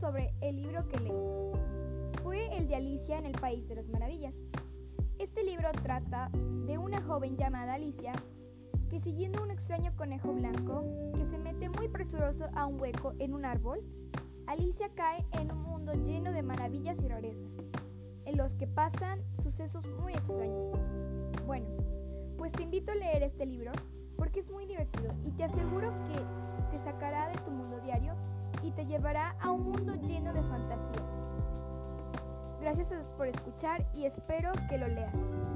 sobre el libro que leí. Fue el de Alicia en el País de las Maravillas. Este libro trata de una joven llamada Alicia que, siguiendo un extraño conejo blanco que se mete muy presuroso a un hueco en un árbol, Alicia cae en un mundo lleno de maravillas y rarezas, en los que pasan sucesos muy extraños. Bueno, pues te invito a leer este libro porque es muy divertido y te aseguro que te sacará de tu mundo diario y te llevará a un mundo lleno de fantasías. Gracias por escuchar y espero que lo leas.